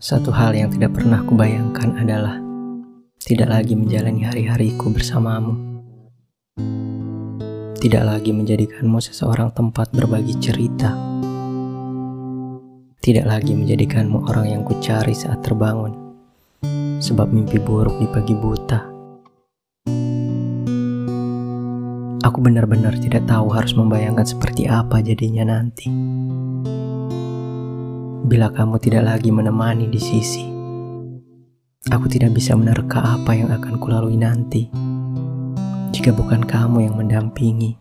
Satu hal yang tidak pernah kubayangkan adalah tidak lagi menjalani hari-hariku bersamamu. Tidak lagi menjadikanmu seseorang tempat berbagi cerita. Tidak lagi menjadikanmu orang yang kucari saat terbangun, sebab mimpi buruk di pagi buta. Aku benar-benar tidak tahu harus membayangkan seperti apa jadinya nanti. Bila kamu tidak lagi menemani di sisi, aku tidak bisa menerka apa yang akan kulalui nanti jika bukan kamu yang mendampingi.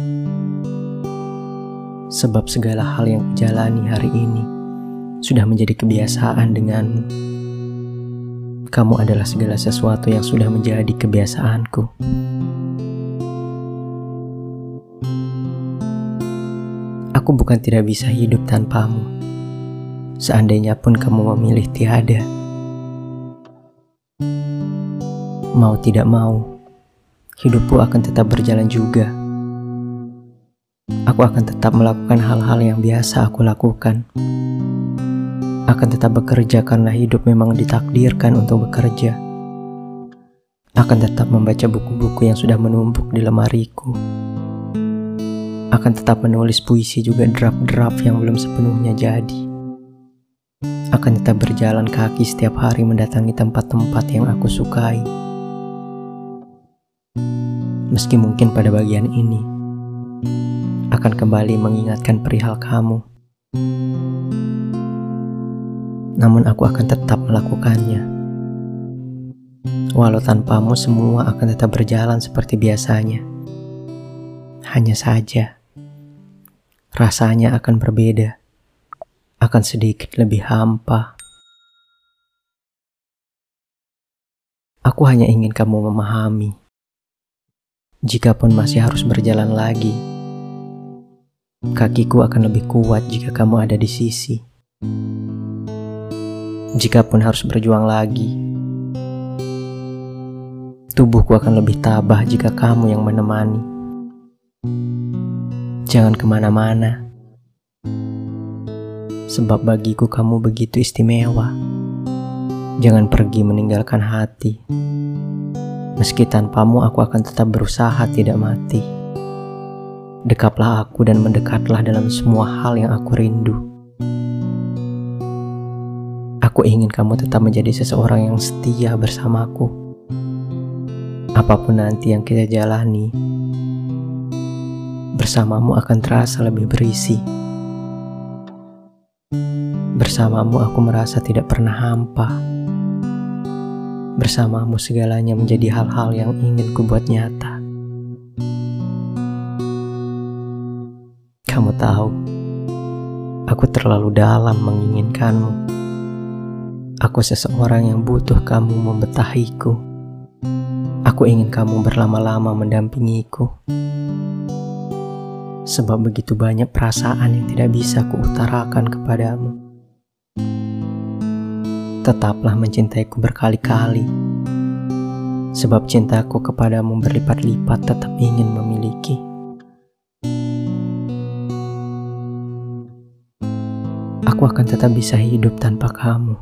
Sebab segala hal yang kujalani hari ini sudah menjadi kebiasaan denganmu. Kamu adalah segala sesuatu yang sudah menjadi kebiasaanku. Aku bukan tidak bisa hidup tanpamu. Seandainya pun kamu memilih tiada. Mau tidak mau, hidupku akan tetap berjalan juga. Aku akan tetap melakukan hal-hal yang biasa aku lakukan. Akan tetap bekerja karena hidup memang ditakdirkan untuk bekerja. Akan tetap membaca buku-buku yang sudah menumpuk di lemariku. Akan tetap menulis puisi juga draft-draft yang belum sepenuhnya jadi. Akan tetap berjalan kaki setiap hari mendatangi tempat-tempat yang aku sukai. Meski mungkin pada bagian ini akan kembali mengingatkan perihal kamu, namun aku akan tetap melakukannya. Walau tanpamu semua akan tetap berjalan seperti biasanya. Hanya saja rasanya akan berbeda, akan sedikit lebih hampa. Aku hanya ingin kamu memahami, jikapun masih harus berjalan lagi, kakiku akan lebih kuat jika kamu ada di sisi. Jikapun harus berjuang lagi, tubuhku akan lebih tabah jika kamu yang menemani. Jangan kemana-mana, sebab bagiku kamu begitu istimewa. Jangan pergi meninggalkan hati. Meski tanpamu aku akan tetap berusaha tidak mati. Dekaplah aku dan mendekatlah dalam semua hal yang aku rindu. Aku ingin kamu tetap menjadi seseorang yang setia bersamaku. Apapun nanti yang kita jalani, bersamamu akan terasa lebih berisi. Bersamamu aku merasa tidak pernah hampa. Bersamamu segalanya menjadi hal-hal yang ingin kubuat nyata. Kamu tahu, aku terlalu dalam menginginkanmu. Aku seseorang yang butuh kamu membetahiku. Aku ingin kamu berlama-lama mendampingiku. Sebab begitu banyak perasaan yang tidak bisa kuutarakan kepadamu. Tetaplah mencintaiku berkali-kali. Sebab cintaku kepadamu berlipat-lipat tetap ingin memiliki. Aku akan tetap bisa hidup tanpa kamu.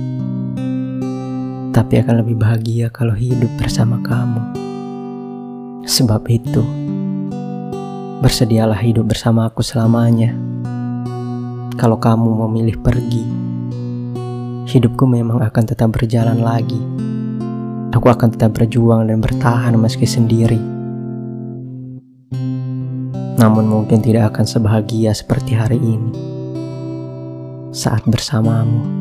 Tapi akan lebih bahagia kalau hidup bersama kamu. Sebab itu, bersedialah hidup bersamaku selamanya. Kalau kamu memilih pergi, hidupku memang akan tetap berjalan lagi. Aku akan tetap berjuang dan bertahan meski sendiri. Namun mungkin tidak akan sebahagia seperti hari ini saat bersamamu.